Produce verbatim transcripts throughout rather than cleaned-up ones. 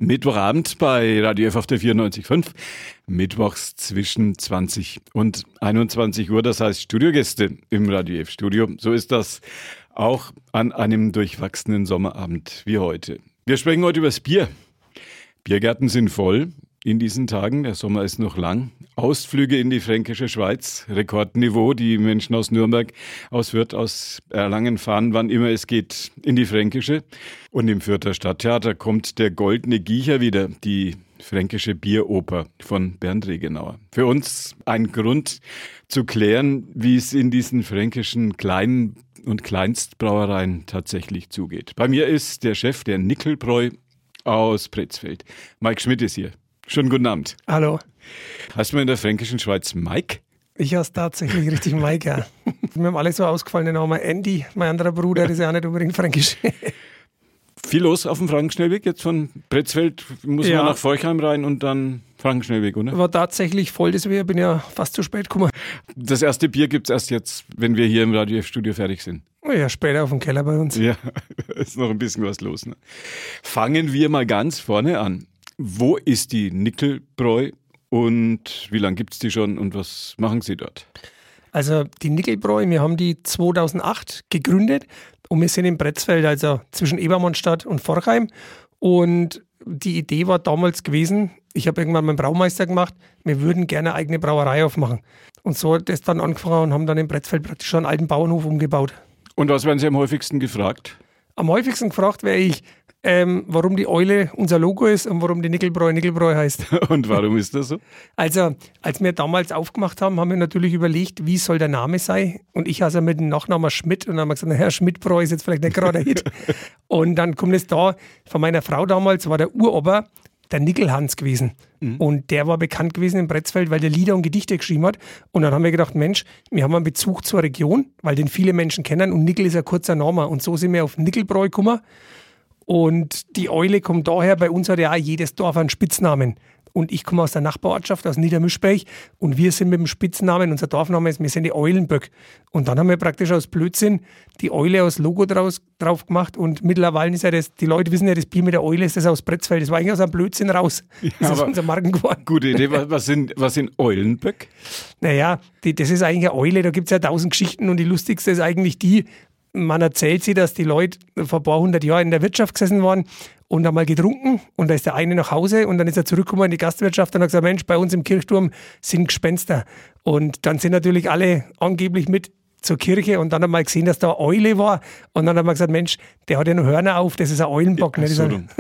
Mittwochabend bei Radio F auf der vierundneunzig Komma fünf. Mittwochs zwischen zwanzig und einundzwanzig Uhr, das heißt Studiogäste im Radio F Studio. So ist das auch an einem durchwachsenen Sommerabend wie heute. Wir sprechen heute über das Bier. Biergärten sind voll in diesen Tagen, der Sommer ist noch lang. Ausflüge in die fränkische Schweiz, Rekordniveau. Die Menschen aus Nürnberg, aus Fürth, aus Erlangen fahren, wann immer es geht, in die fränkische. Und im Fürther Stadttheater kommt der Goldene Giecher wieder, die fränkische Bieroper von Bernd Regenauer. Für uns ein Grund zu klären, wie es in diesen fränkischen kleinen und Kleinstbrauereien tatsächlich zugeht. Bei mir ist der Chef der Nickelbräu aus Pretzfeld. Mike Schmidt ist hier. Schönen guten Abend. Hallo. Heißt man in der fränkischen Schweiz Mike? Ich heiße tatsächlich richtig Mike, ja. Wir haben alle so ausgefallene Namen. Andy, mein anderer Bruder, das ist ja auch nicht unbedingt fränkisch. Viel los auf dem Frankenschnellweg, jetzt von Pretzfeld muss ja. man nach Forchheim rein und dann Frankenschnellweg, oder? War tatsächlich voll, deswegen bin ich ja fast zu spät gekommen. Das erste Bier gibt es erst jetzt, wenn wir hier im Radio F-Studio fertig sind. Ja, später auf dem Keller bei uns. Ja, ist noch ein bisschen was los. Ne? Fangen wir mal ganz vorne an. Wo ist die Nickelbräu und wie lange gibt es die schon und was machen Sie dort? Also die Nickelbräu, wir haben die zweitausendacht gegründet und wir sind in Pretzfeld, also zwischen Ebermannstadt und Forchheim. Und die Idee war damals gewesen, ich habe irgendwann meinen Braumeister gemacht, wir würden gerne eine eigene Brauerei aufmachen. Und so hat das dann angefangen und haben dann in Pretzfeld praktisch schon einen alten Bauernhof umgebaut. Und was werden Sie am häufigsten gefragt? Am häufigsten gefragt wäre ich, ähm, warum die Eule unser Logo ist und warum die Nickelbräu Nickelbräu heißt. Und warum ist das so? Also, als wir damals aufgemacht haben, haben wir natürlich überlegt, wie soll der Name sein. Und ich heiße mit dem Nachnamen Schmidt und dann haben wir gesagt, naja, Schmidtbräu ist jetzt vielleicht nicht gerade ein Hit. Und dann kommt es da, von meiner Frau damals war der Uropa der Nickelhans gewesen. Mhm. Und der war bekannt gewesen in Pretzfeld, weil der Lieder und Gedichte geschrieben hat. Und dann haben wir gedacht, Mensch, wir haben einen Bezug zur Region, weil den viele Menschen kennen und Nickel ist ein kurzer Name. Und so sind wir auf Nickelbräu gekommen. Und die Eule kommt daher, bei uns hat ja auch jedes Dorf einen Spitznamen. Und ich komme aus der Nachbarortschaft, aus Niedermischberg. Und wir sind mit dem Spitznamen, unser Dorfname ist, wir sind die Eulenböck. Und dann haben wir praktisch aus Blödsinn die Eule als Logo draus, drauf gemacht. Und mittlerweile ist ja das, die Leute wissen ja, das Bier mit der Eule ist das aus Pretzfeld. Das war eigentlich aus einem Blödsinn raus. Das ja, ist unser Marken geworden. Gute Idee. Was sind, was sind Eulenböck? Naja, die, das ist eigentlich eine Eule. Da gibt es ja tausend Geschichten. Und die lustigste ist eigentlich die, man erzählt sie, dass die Leute vor ein paar hundert Jahren in der Wirtschaft gesessen waren und einmal getrunken und da ist der eine nach Hause und dann ist er zurückgekommen in die Gastwirtschaft und hat gesagt, Mensch, bei uns im Kirchturm sind Gespenster. Und dann sind natürlich alle angeblich mit zur Kirche und dann haben wir gesehen, dass da eine Eule war und dann haben wir gesagt, Mensch, der hat ja noch Hörner auf, das ist ein Eulenbock. Ja, ne? so und,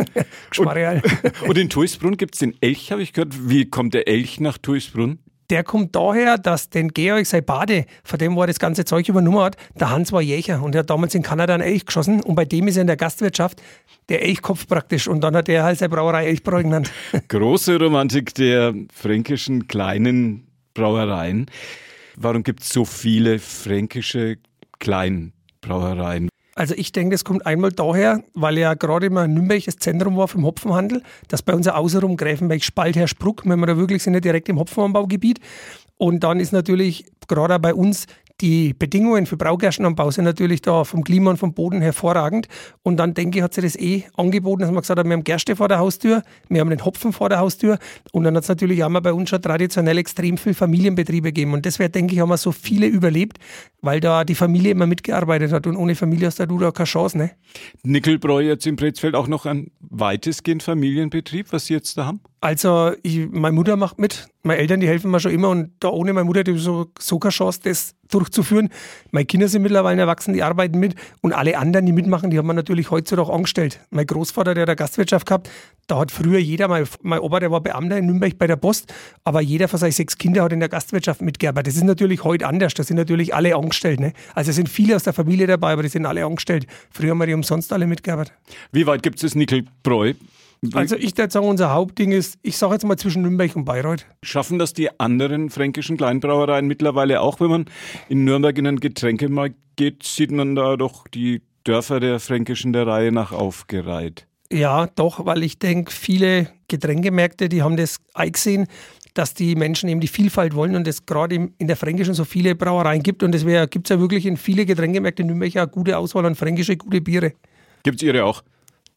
und in Tuisbrunn gibt es den Elch, habe ich gehört. Wie kommt der Elch nach Tuisbrunn? Der kommt daher, dass den Georg, sein Bade, von dem, wo er das ganze Zeug übernommen hat, der Hans war Jäger und er hat damals in Kanada einen Elch geschossen und bei dem ist er in der Gastwirtschaft der Elchkopf praktisch und dann hat er halt seine Brauerei Elchbräu genannt. Große Romantik der fränkischen kleinen Brauereien. Warum gibt es so viele fränkische Kleinbrauereien? Also ich denke, das kommt einmal daher, weil ja gerade immer Nürnberg das Zentrum war vom Hopfenhandel, dass bei uns ja außenrum Gräfenberg, Spalt, Spruck, wenn wir da wirklich sind, ja direkt im Hopfenanbaugebiet. Und dann ist natürlich gerade auch bei uns die Bedingungen für Braugerstenanbau sind natürlich da vom Klima und vom Boden hervorragend. Und dann denke ich, hat sich das eh angeboten, dass man gesagt hat, wir haben Gerste vor der Haustür, wir haben den Hopfen vor der Haustür. Und dann hat es natürlich auch mal bei uns schon traditionell extrem viele Familienbetriebe gegeben. Und deswegen denke ich, haben wir so viele überlebt, weil da die Familie immer mitgearbeitet hat. Und ohne Familie hast du da keine Chance, ne? Nickelbräu jetzt in Pretzfeld auch noch ein weitestgehend Familienbetrieb, was Sie jetzt da haben? Also ich, meine Mutter macht mit, meine Eltern, die helfen mir schon immer und da ohne meine Mutter, die so, so keine Chance, das durchzuführen. Meine Kinder sind mittlerweile erwachsen, die arbeiten mit und alle anderen, die mitmachen, die haben wir natürlich heutzutage angestellt. Mein Großvater, der hat eine Gastwirtschaft gehabt, da hat früher jeder, mein, mein Opa, der war Beamter in Nürnberg bei der Post, aber jeder von seinen sechs Kindern hat in der Gastwirtschaft mitgearbeitet. Das ist natürlich heute anders, da sind natürlich alle angestellt. Ne? Also es sind viele aus der Familie dabei, aber die sind alle angestellt. Früher haben wir die umsonst alle mitgearbeitet. Wie weit gibt es das Nickelbräu? Also ich würde sagen, unser Hauptding ist, ich sage jetzt mal zwischen Nürnberg und Bayreuth. Schaffen das die anderen fränkischen Kleinbrauereien mittlerweile auch? Wenn man in Nürnberg in einen Getränkemarkt geht, sieht man da doch die Dörfer der Fränkischen der Reihe nach aufgereiht. Ja, doch, weil ich denke, viele Getränkemärkte, die haben das eingesehen, dass die Menschen eben die Vielfalt wollen und es gerade in der Fränkischen so viele Brauereien gibt. Und es gibt es ja wirklich in viele Getränkemärkte in Nürnberg auch gute Auswahl an fränkische gute Biere. Gibt es Ihre auch?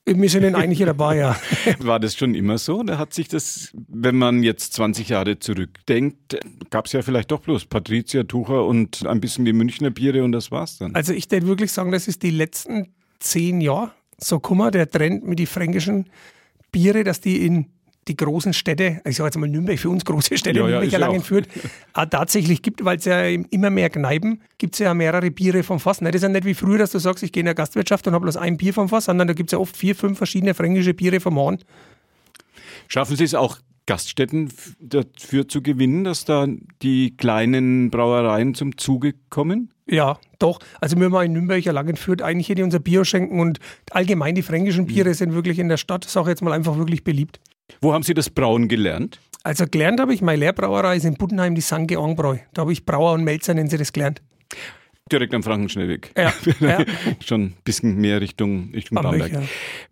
Wir sind in einigen dabei, ja. War das schon immer so? Oder hat sich das, wenn man jetzt zwanzig Jahre zurückdenkt, gab es ja vielleicht doch bloß Patricia, Tucher und ein bisschen die Münchner Biere und das war's dann? Also ich würde wirklich sagen, das ist die letzten zehn Jahre so kummer, der Trend mit den fränkischen Biere, dass die in die großen Städte, ich sage jetzt mal Nürnberg, für uns große Städte, ja, ja, Nürnberg, Langenfurt, auch tatsächlich gibt, weil es ja immer mehr Kneipen gibt, es ja mehrere Biere vom Fass. Das ist ja nicht wie früher, dass du sagst, ich gehe in eine Gastwirtschaft und habe bloß ein Bier vom Fass, sondern da gibt es ja oft vier, fünf verschiedene fränkische Biere vom Hahn. Schaffen Sie es auch, Gaststätten dafür zu gewinnen, dass da die kleinen Brauereien zum Zuge kommen? Ja, doch. Also wir haben in Nürnberg, Langenfurt eigentlich hier die unser Bier schenken und allgemein die fränkischen Biere mhm. sind wirklich in der Stadt, sage ich jetzt mal, einfach wirklich beliebt. Wo haben Sie das Brauen gelernt? Also gelernt habe ich, meine Lehrbrauerei ist in Buddenheim, die Sankt Georgenbräu. Da habe ich Brauer und Melzer, nennen sie das, gelernt. Direkt am Frankenschnellweg. Ja, ja. Schon ein bisschen mehr Richtung, Richtung Bamberg. Ja.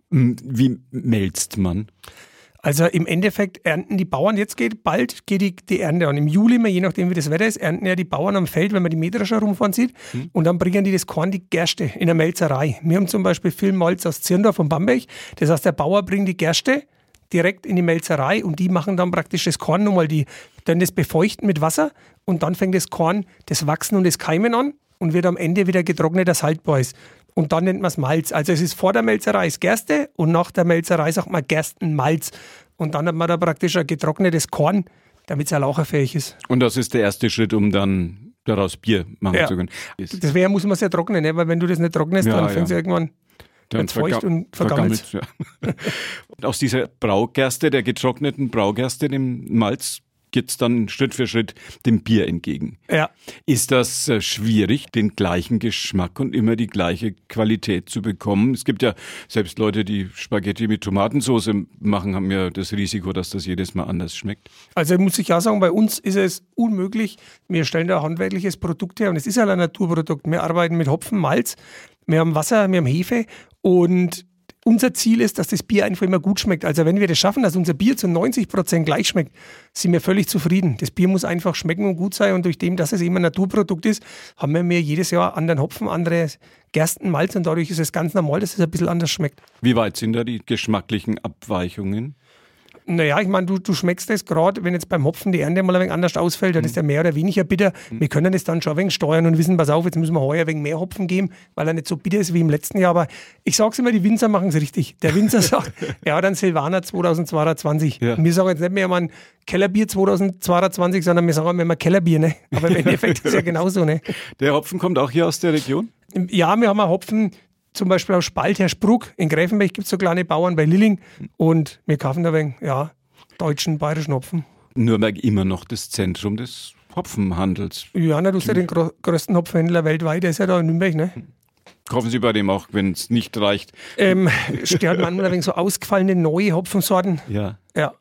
Wie melzt man? Also im Endeffekt ernten die Bauern, jetzt geht bald geht die, die Ernte an. Im Juli, je nachdem wie das Wetter ist, ernten ja die Bauern am Feld, wenn man die Meter schon rumfahren sieht. Hm. Und dann bringen die das Korn, die Gerste, in der Melzerei. Wir haben zum Beispiel viel Malz aus Zirndorf und Bamberg. Das heißt, der Bauer bringt die Gerste direkt in die Melzerei und die machen dann praktisch das Korn nochmal, die dann das befeuchten mit Wasser und dann fängt das Korn das Wachsen und das Keimen an und wird am Ende wieder getrocknet, das haltbar ist. Und dann nennt man es Malz. Also es ist vor der Melzerei ist Gerste und nach der Melzerei sagt man Gerstenmalz. Und dann hat man da praktisch ein getrocknetes Korn, damit es auch laucherfähig ist. Und das ist der erste Schritt, um dann daraus Bier machen ja. zu können. Das wäre, muss man sehr trocknen, ne? Weil wenn du das nicht trocknest, ja, dann fängt es ja. irgendwann dann feucht verga- und vergammelt. vergammelt ja. Aus dieser Braugerste, der getrockneten Braugerste, dem Malz, geht es dann Schritt für Schritt dem Bier entgegen. Ja. Ist das äh, schwierig, den gleichen Geschmack und immer die gleiche Qualität zu bekommen? Es gibt ja selbst Leute, die Spaghetti mit Tomatensauce machen, haben ja das Risiko, dass das jedes Mal anders schmeckt. Also muss ich ja sagen, bei uns ist es unmöglich. Wir stellen da ein handwerkliches Produkt her und es ist ja ein Naturprodukt. Wir arbeiten mit Hopfen, Malz, wir haben Wasser, wir haben Hefe und unser Ziel ist, dass das Bier einfach immer gut schmeckt. Also wenn wir das schaffen, dass unser Bier zu neunzig Prozent gleich schmeckt, sind wir völlig zufrieden. Das Bier muss einfach schmecken und gut sein und durch dem, dass es eben ein Naturprodukt ist, haben wir jedes Jahr anderen Hopfen, andere Gerstenmalz und dadurch ist es ganz normal, dass es ein bisschen anders schmeckt. Wie weit sind da die geschmacklichen Abweichungen? Naja, ich meine, du, du schmeckst das gerade, wenn jetzt beim Hopfen die Ernte mal ein wenig anders ausfällt, dann ist der mehr oder weniger bitter. Mhm. Wir können das dann schon ein wenig steuern und wissen, pass auf, jetzt müssen wir heuer ein wenig mehr Hopfen geben, weil er nicht so bitter ist wie im letzten Jahr. Aber ich sage es immer, die Winzer machen es richtig. Der Winzer sagt, er hat einen Silvaner zweitausendzweiundzwanzig. Ja. Wir sagen jetzt nicht mehr, man Kellerbier zweitausendzweiundzwanzig, sondern wir sagen immer Kellerbier. Ne? Aber im Endeffekt ist es ja genauso. Ne? Der Hopfen kommt auch hier aus der Region? Ja, wir haben einen Hopfen, zum Beispiel aus Spalt, Herr Spruck. In Gräfenberg gibt es so kleine Bauern bei Lilling und wir kaufen da ein wenig, ja, deutschen, bayerischen Hopfen. Nürnberg immer noch das Zentrum des Hopfenhandels. Ja, na, du hast ja den gro- größten Hopfenhändler weltweit, der ist ja da in Nürnberg, ne? Kaufen Sie bei dem auch, wenn es nicht reicht? Ähm, stört manchmal ein wenig so ausgefallene neue Hopfensorten. Ja. Ja.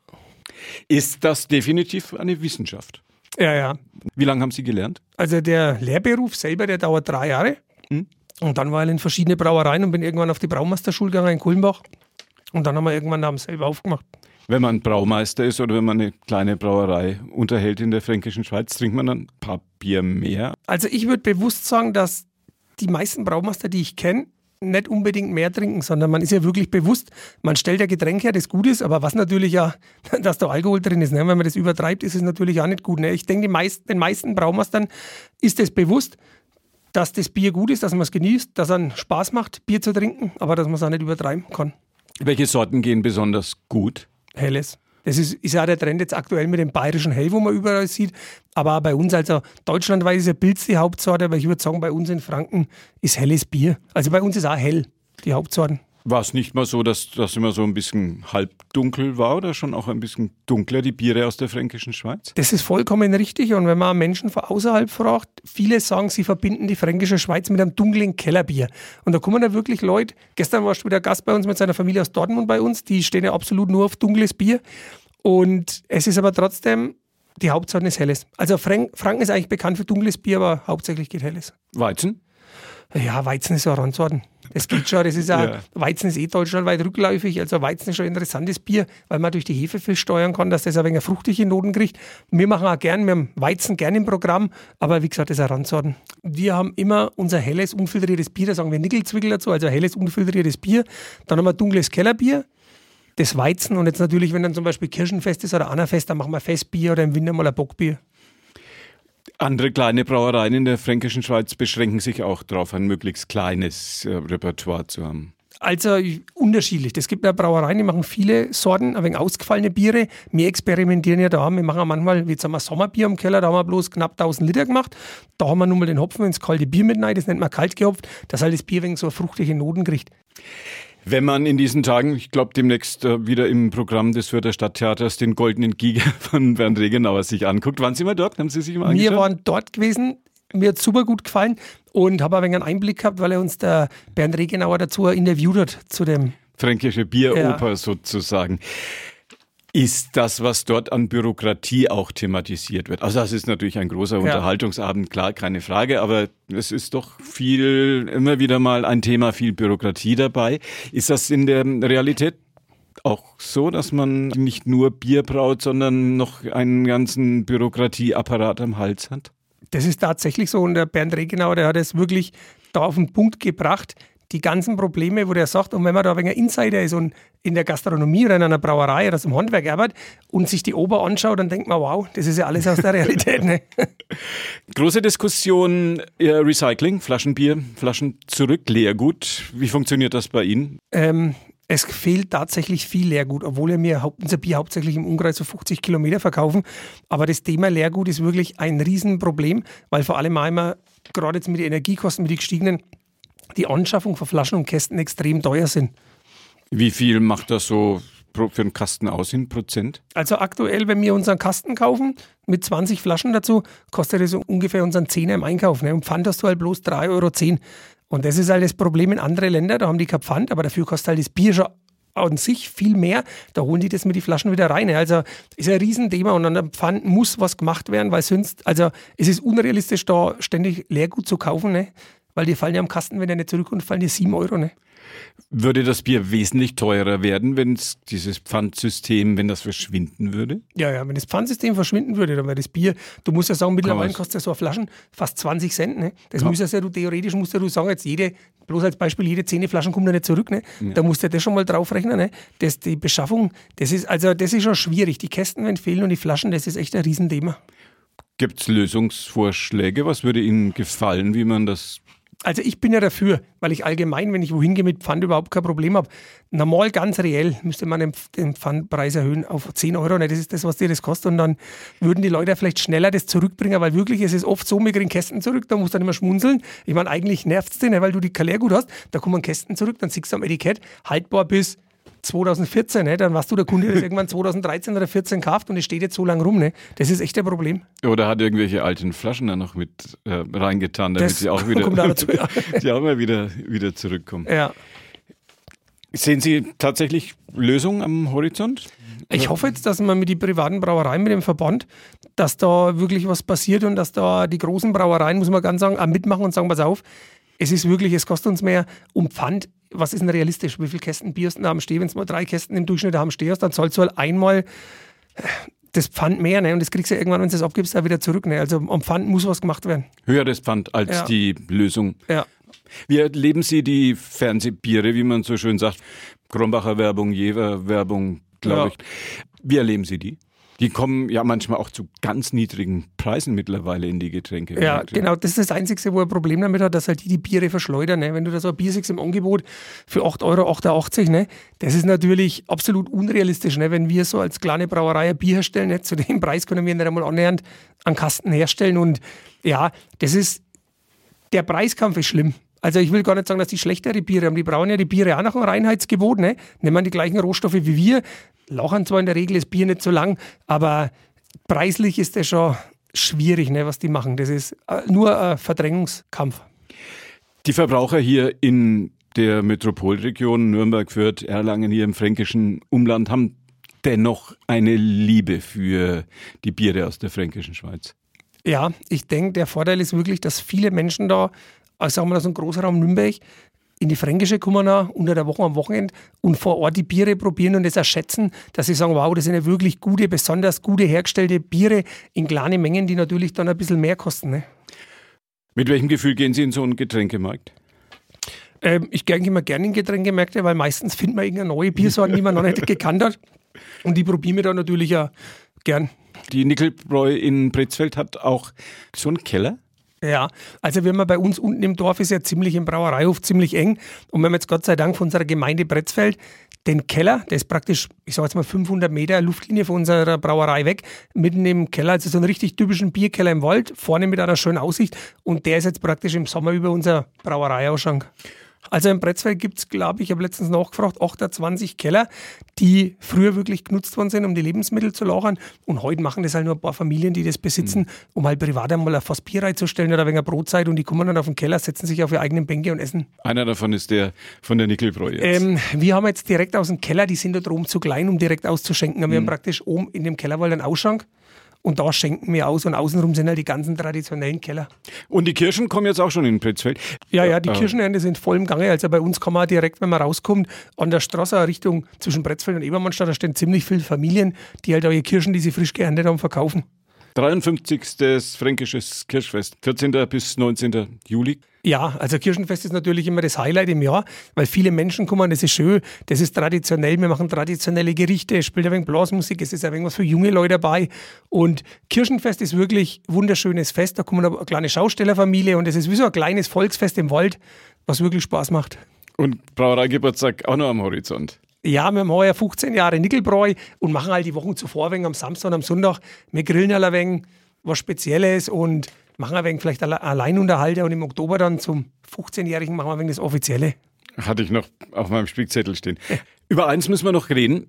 Ist das definitiv eine Wissenschaft? Ja, ja. Wie lange haben Sie gelernt? Also der Lehrberuf selber, der dauert drei Jahre. Hm? Und dann war ich in verschiedene Brauereien und bin irgendwann auf die Braumeisterschule gegangen in Kulmbach. Und dann haben wir irgendwann da selber aufgemacht. Wenn man Braumeister ist oder wenn man eine kleine Brauerei unterhält in der Fränkischen Schweiz, trinkt man dann ein paar Bier mehr? Also ich würde bewusst sagen, dass die meisten Braumeister, die ich kenne, nicht unbedingt mehr trinken, sondern man ist ja wirklich bewusst, man stellt ja Getränke her, das gut ist, aber was natürlich ja, dass da Alkohol drin ist, ne? Wenn man das übertreibt, ist es natürlich auch nicht gut. Ne? Ich denke, die meisten, den meisten Braumeistern ist es bewusst, dass das Bier gut ist, dass man es genießt, dass es einen Spaß macht, Bier zu trinken, aber dass man es auch nicht übertreiben kann. Welche Sorten gehen besonders gut? Helles. Das ist, ist ja der Trend jetzt aktuell mit dem bayerischen Hell, wo man überall sieht. Aber auch bei uns, also deutschlandweit ist ja Pilz die Hauptsorte, aber ich würde sagen, bei uns in Franken ist helles Bier. Also bei uns ist auch hell, die Hauptsorten. War es nicht mal so, dass das immer so ein bisschen halbdunkel war oder schon auch ein bisschen dunkler, die Biere aus der Fränkischen Schweiz? Das ist vollkommen richtig. Und wenn man Menschen von außerhalb fragt, viele sagen, sie verbinden die Fränkische Schweiz mit einem dunklen Kellerbier. Und da kommen da wirklich Leute, gestern warst du wieder Gast bei uns mit seiner Familie aus Dortmund bei uns, die stehen ja absolut nur auf dunkles Bier. Und es ist aber trotzdem, die Hauptsorte ist helles. Also Frank, Franken ist eigentlich bekannt für dunkles Bier, aber hauptsächlich geht helles. Weizen? Ja, Weizen ist ja Randsorten. Das geht schon. Das ist auch, Ja. Weizen ist eh deutschlandweit rückläufig. Also Weizen ist schon ein interessantes Bier, weil man durch die Hefe viel steuern kann, dass das ein wenig fruchtige Noten kriegt. Wir machen auch gern, wir haben Weizen gern im Programm, aber wie gesagt, das ist eine Randsorten. Wir haben immer unser helles, unfiltriertes Bier, da sagen wir Nickelzwickel dazu, also helles, unfiltriertes Bier. Dann haben wir dunkles Kellerbier, das Weizen und jetzt natürlich, wenn dann zum Beispiel Kirchenfest ist oder Annafest, dann machen wir Festbier oder im Winter mal ein Bockbier. Andere kleine Brauereien in der Fränkischen Schweiz beschränken sich auch darauf, ein möglichst kleines äh, Repertoire zu haben. Also unterschiedlich. Es gibt ja Brauereien, die machen viele Sorten, ein wenig ausgefallene Biere. Wir experimentieren ja da. Wir machen ja manchmal, wie jetzt haben wir Sommerbier im Keller, da haben wir bloß knapp tausend Liter gemacht. Da haben wir nun mal den Hopfen ins kalte Bier mit rein, das nennt man kalt gehopft, dass halt das Bier wegen so fruchtige Noten kriegt. Wenn man in diesen Tagen, ich glaube demnächst äh, wieder im Programm des Fürther Stadttheaters den Goldenen Giger von Bernd Regenauer sich anguckt. Waren Sie mal dort? Haben Sie sich mal angeschaut? Wir waren dort gewesen. Mir hat super gut gefallen und habe ein wenig einen Einblick gehabt, weil er uns der Bernd Regenauer dazu interviewt hat zu dem Fränkische Bieroper Ja. sozusagen. Ist das, was dort an Bürokratie auch thematisiert wird? Also das ist natürlich ein großer Unterhaltungsabend, klar, keine Frage, aber es ist doch viel, immer wieder mal ein Thema, viel Bürokratie dabei. Ist das in der Realität auch so, dass man nicht nur Bier braut, sondern noch einen ganzen Bürokratieapparat am Hals hat? Das ist tatsächlich so und der Bernd Regenauer, der hat es wirklich da auf den Punkt gebracht, die ganzen Probleme, wo der sagt, und wenn man da ein wenig Insider ist und in der Gastronomie oder in einer Brauerei oder im Handwerk arbeitet und sich die Ober anschaut, dann denkt man, wow, das ist ja alles aus der Realität. Ne? Große Diskussion, äh, Recycling, Flaschenbier, Flaschen zurück, Leergut. Wie funktioniert das bei Ihnen? Ähm, es fehlt tatsächlich viel Leergut, obwohl wir mir haupt, unser Bier hauptsächlich im Umkreis so fünfzig Kilometer verkaufen. Aber das Thema Leergut ist wirklich ein Riesenproblem, weil vor allem einmal, gerade jetzt mit den Energiekosten, mit den gestiegenen, die Anschaffung von Flaschen und Kästen extrem teuer sind. Wie viel macht das so pro- für einen Kasten aus in Prozent? Also aktuell, wenn wir unseren Kasten kaufen, mit zwanzig Flaschen dazu, kostet das so ungefähr unseren Zehner im Einkauf. Ne? Und Pfand hast du halt bloß drei Euro zehn. Und das ist halt das Problem in anderen Ländern, da haben die kein Pfand, aber dafür kostet halt das Bier schon an sich viel mehr. Da holen die das mit den Flaschen wieder rein. Ne? Also ist ein Riesenthema und an dem Pfand muss was gemacht werden, weil sonst, also es ist unrealistisch, da ständig Leergut zu kaufen, ne? Weil die fallen ja am Kasten, wenn der nicht zurückkommt, fallen die sieben Euro. Ne? Würde das Bier wesentlich teurer werden, wenn es dieses Pfandsystem, wenn das verschwinden würde? Ja, ja, wenn das Pfandsystem verschwinden würde, dann wäre das Bier, du musst ja sagen, mittlerweile man's- kostet ja so eine Flaschen fast zwanzig Cent. Ne? Das Ja. müsstest ja du, theoretisch musst ja du sagen, jetzt jede, bloß als Beispiel, jede zehn Flaschen kommt ja nicht zurück. Ne? Da musst du ja das schon mal draufrechnen. Ne? Das, die Beschaffung, das ist, also das ist schon schwierig. Die Kästen, wenn fehlen und die Flaschen, das ist echt ein Riesenthema. Gibt es Lösungsvorschläge? Was würde Ihnen gefallen, wie man das... Also ich bin ja dafür, weil ich allgemein, wenn ich wohin gehe mit Pfand, überhaupt kein Problem habe. Normal, ganz reell, müsste man den, den Pfandpreis erhöhen auf zehn Euro. Ne? Das ist das, was dir das kostet. Und dann würden die Leute vielleicht schneller das zurückbringen, weil wirklich, es ist oft so, wir kriegen Kästen zurück, da musst du dann immer schmunzeln. Ich meine, eigentlich nervt es dich, ne? Weil du die kein Leergut hast. Da kommen Kästen zurück, dann siehst du am Etikett, haltbar bis zweitausendvierzehn, ne? Dann warst du der Kunde, der das irgendwann zweitausenddreizehn oder vierzehn kauft und es steht jetzt so lange rum. Ne? Das ist echt ein Problem. Oder hat irgendwelche alten Flaschen da noch mit äh, reingetan, damit Das sie auch wieder, kommt auch dazu, ja. die auch mal wieder, wieder zurückkommen. Ja. Sehen Sie tatsächlich Lösungen am Horizont? Ich hoffe jetzt, dass man mit den privaten Brauereien, mit dem Verband, dass da wirklich was passiert und dass da die großen Brauereien, muss man ganz sagen, auch mitmachen und sagen, pass auf, es ist wirklich, es kostet uns mehr um Pfand. Was ist denn realistisch? Wie viele Kästen Bier hast du da am Steh? Wenn du mal drei Kästen im Durchschnitt am Steh hast, dann zahlst du halt einmal das Pfand mehr. Ne? Und das kriegst du ja irgendwann, wenn du das abgibst, auch wieder zurück. Ne? Also am Pfand muss was gemacht werden. Höheres Pfand als Ja. die Lösung. Ja. Wie erleben Sie die Fernsehbiere, wie man so schön sagt? Krombacher Werbung, Jever Werbung, glaube Ja. ich. Wie erleben Sie die? Die kommen ja manchmal auch zu ganz niedrigen Preisen mittlerweile in die Getränke. Ja, genau. Das ist das Einzige, wo er ein Problem damit hat, dass halt die die Biere verschleudern. Ne? Wenn du da so ein Bier siehst im Angebot für acht Euro achtundachtzig, ne? Das ist natürlich absolut unrealistisch. Ne? Wenn wir so als kleine Brauerei ein Bier herstellen, ne? Zu dem Preis können wir nicht einmal annähernd einen Kasten herstellen. Und ja, das ist, der Preiskampf ist schlimm. Also ich will gar nicht sagen, dass die schlechtere Biere haben. Die brauen ja die Biere auch nach einem Reinheitsgebot. Ne? Nehmen die gleichen Rohstoffe wie wir. Lauchern zwar in der Regel das Bier nicht so lang, aber preislich ist das schon schwierig, ne, was die machen. Das ist äh, nur ein Verdrängungskampf. Die Verbraucher hier in der Metropolregion Nürnberg, Fürth, Erlangen, hier im fränkischen Umland haben dennoch eine Liebe für die Biere aus der fränkischen Schweiz. Ja, ich denke, der Vorteil ist wirklich, dass viele Menschen da, also sagen wir mal so ein Großraum Nürnberg, in die Fränkische kommen, auch unter der Woche am Wochenende und vor Ort die Biere probieren und das auch schätzen, dass sie sagen, wow, das sind ja wirklich gute, besonders gute hergestellte Biere in kleinen Mengen, die natürlich dann ein bisschen mehr kosten. Ne? Mit welchem Gefühl gehen Sie in so einen Getränkemarkt? Ähm, ich gehe immer gerne in Getränkemärkte, weil meistens findet man irgendeine neue Biersorten, die man noch nicht gekannt hat. Und die probieren wir dann natürlich auch gern. Die Nickelbräu in Pretzfeld hat auch so einen Keller? Ja, also wenn man bei uns unten im Dorf ist, ja ziemlich im Brauereihof, ziemlich eng. Und wir haben jetzt Gott sei Dank von unserer Gemeinde Pretzfeld den Keller, der ist praktisch, ich sage jetzt mal fünfhundert Meter Luftlinie von unserer Brauerei weg, mitten im Keller, also so einen richtig typischen Bierkeller im Wald, vorne mit einer schönen Aussicht. Und der ist jetzt praktisch im Sommer über unser Brauereiausschank. Also in Pretzfeld gibt es, glaube ich, ich habe letztens nachgefragt, achtundzwanzig Keller, die früher wirklich genutzt worden sind, um die Lebensmittel zu lagern. Und heute machen das halt nur ein paar Familien, die das besitzen, mhm. um halt privat einmal ein Fass Bier reinzustellen oder wegen einer Brotzeit. Und die kommen dann auf den Keller, setzen sich auf ihre eigenen Bänke und essen. Einer davon ist der von der Nickelbräu jetzt. Ähm, wir haben jetzt direkt aus dem Keller, die sind da oben zu klein, um direkt auszuschenken. Wir mhm. haben praktisch oben in dem Kellerwald einen Ausschank. Und da schenken wir aus und außenrum sind halt die ganzen traditionellen Keller. Und die Kirschen kommen jetzt auch schon in Pretzfeld? Ja, ja, die äh. Kirschenernte sind voll im Gange. Also bei uns kann man direkt, wenn man rauskommt, an der Straße Richtung zwischen Pretzfeld und Ebermannstadt, da stehen ziemlich viele Familien, die halt auch ihre Kirschen, die sie frisch geerntet haben, verkaufen. dreiundfünfzigstes Fränkisches Kirschfest, vierzehnten bis neunzehnten Juli. Ja, also Kirschenfest ist natürlich immer das Highlight im Jahr, weil viele Menschen kommen, das ist schön, das ist traditionell, wir machen traditionelle Gerichte, es spielt ein wenig Blasmusik, es ist ein wenig was für junge Leute dabei und Kirschenfest ist wirklich ein wunderschönes Fest, da kommt eine kleine Schaustellerfamilie und es ist wie so ein kleines Volksfest im Wald, was wirklich Spaß macht. Und Brauereigeburtstag auch noch am Horizont? Ja, wir haben heuer fünfzehn Jahre Nickelbräu und machen halt die Wochen zuvor, wegen am Samstag und am Sonntag, wir grillen halt ein wenig was Spezielles und machen ein wenig vielleicht Alleinunterhalter und im Oktober dann zum fünfzehnjährigen machen wir ein wenig das Offizielle. Hatte ich noch auf meinem Spickzettel stehen. Ja. Über eins müssen wir noch reden.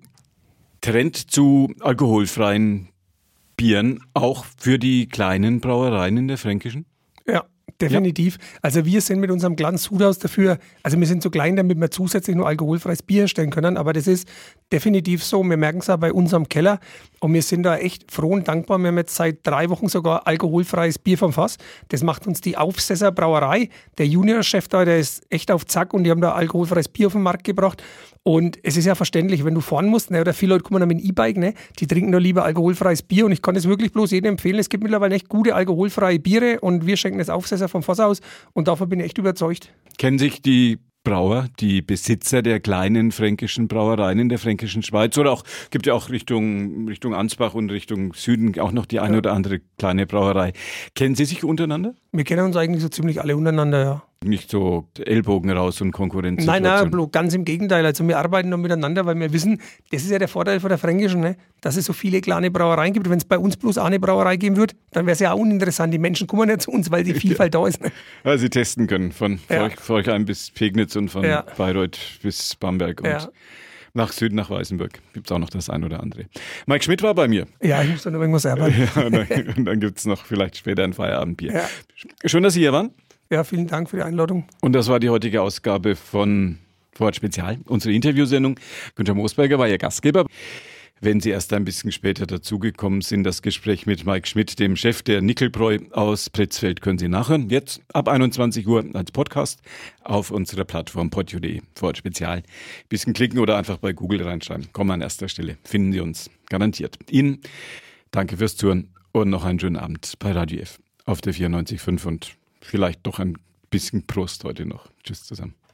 Trend zu alkoholfreien Bieren, auch für die kleinen Brauereien in der Fränkischen? Ja, definitiv. Ja. Also wir sind mit unserem kleinen Sudhaus dafür, also wir sind so klein, damit wir zusätzlich nur alkoholfreies Bier herstellen können, aber das ist definitiv so. Wir merken es auch bei unserem Keller und wir sind da echt froh und dankbar. Wir haben jetzt seit drei Wochen sogar alkoholfreies Bier vom Fass. Das macht uns die Aufsesser Brauerei. Der Juniorchef da, der ist echt auf Zack und die haben da alkoholfreies Bier auf den Markt gebracht. Und es ist ja verständlich, wenn du fahren musst, ne, oder viele Leute kommen dann mit dem E-Bike, ne, die trinken nur lieber alkoholfreies Bier und ich kann es wirklich bloß jedem empfehlen. Es gibt mittlerweile echt gute alkoholfreie Biere und wir schenken das Aufsesser vom Fass aus und davon bin ich echt überzeugt. Kennen sich die Brauer, die Besitzer der kleinen fränkischen Brauereien in der Fränkischen Schweiz oder auch, gibt ja auch Richtung, Richtung Ansbach und Richtung Süden auch noch die eine ja. oder andere kleine Brauerei. Kennen Sie sich untereinander? Wir kennen uns eigentlich so ziemlich alle untereinander, ja. Nicht so Ellbogen raus und Konkurrenz. Nein, nein, ganz im Gegenteil. Also wir arbeiten noch miteinander, weil wir wissen, das ist ja der Vorteil von der Fränkischen, ne? Dass es so viele kleine Brauereien gibt. Wenn es bei uns bloß eine Brauerei geben würde, dann wäre es ja auch uninteressant. Die Menschen kommen ja zu uns, weil die Vielfalt da ist. Ne? Ja, sie testen können, von ja. Forchheim bis Pegnitz und von ja. Bayreuth bis Bamberg und ja. nach Süden, nach Weißenburg. Gibt es auch noch das ein oder andere. Mike Schmidt war bei mir. Ja, ich muss da noch irgendwas arbeiten. Ja, und dann, dann gibt es noch vielleicht später ein Feierabendbier. Ja. Schön, dass Sie hier waren. Ja, vielen Dank für die Einladung. Und das war die heutige Ausgabe von Vorort Spezial, unsere Interviewsendung. Günther Moosberger war Ihr Gastgeber. Wenn Sie erst ein bisschen später dazugekommen sind, das Gespräch mit Mike Schmidt, dem Chef der Nickelbräu aus Pretzfeld, können Sie nachhören. Jetzt ab einundzwanzig Uhr als Podcast auf unserer Plattform podio punkt de. Vorort Spezial. Bisschen klicken oder einfach bei Google reinschreiben. Kommen an erster Stelle. Finden Sie uns garantiert. Ihnen danke fürs Zuhören und noch einen schönen Abend bei Radio F auf der vierundneunzig Komma fünf und vielleicht doch ein bisschen Prost heute noch. Tschüss zusammen.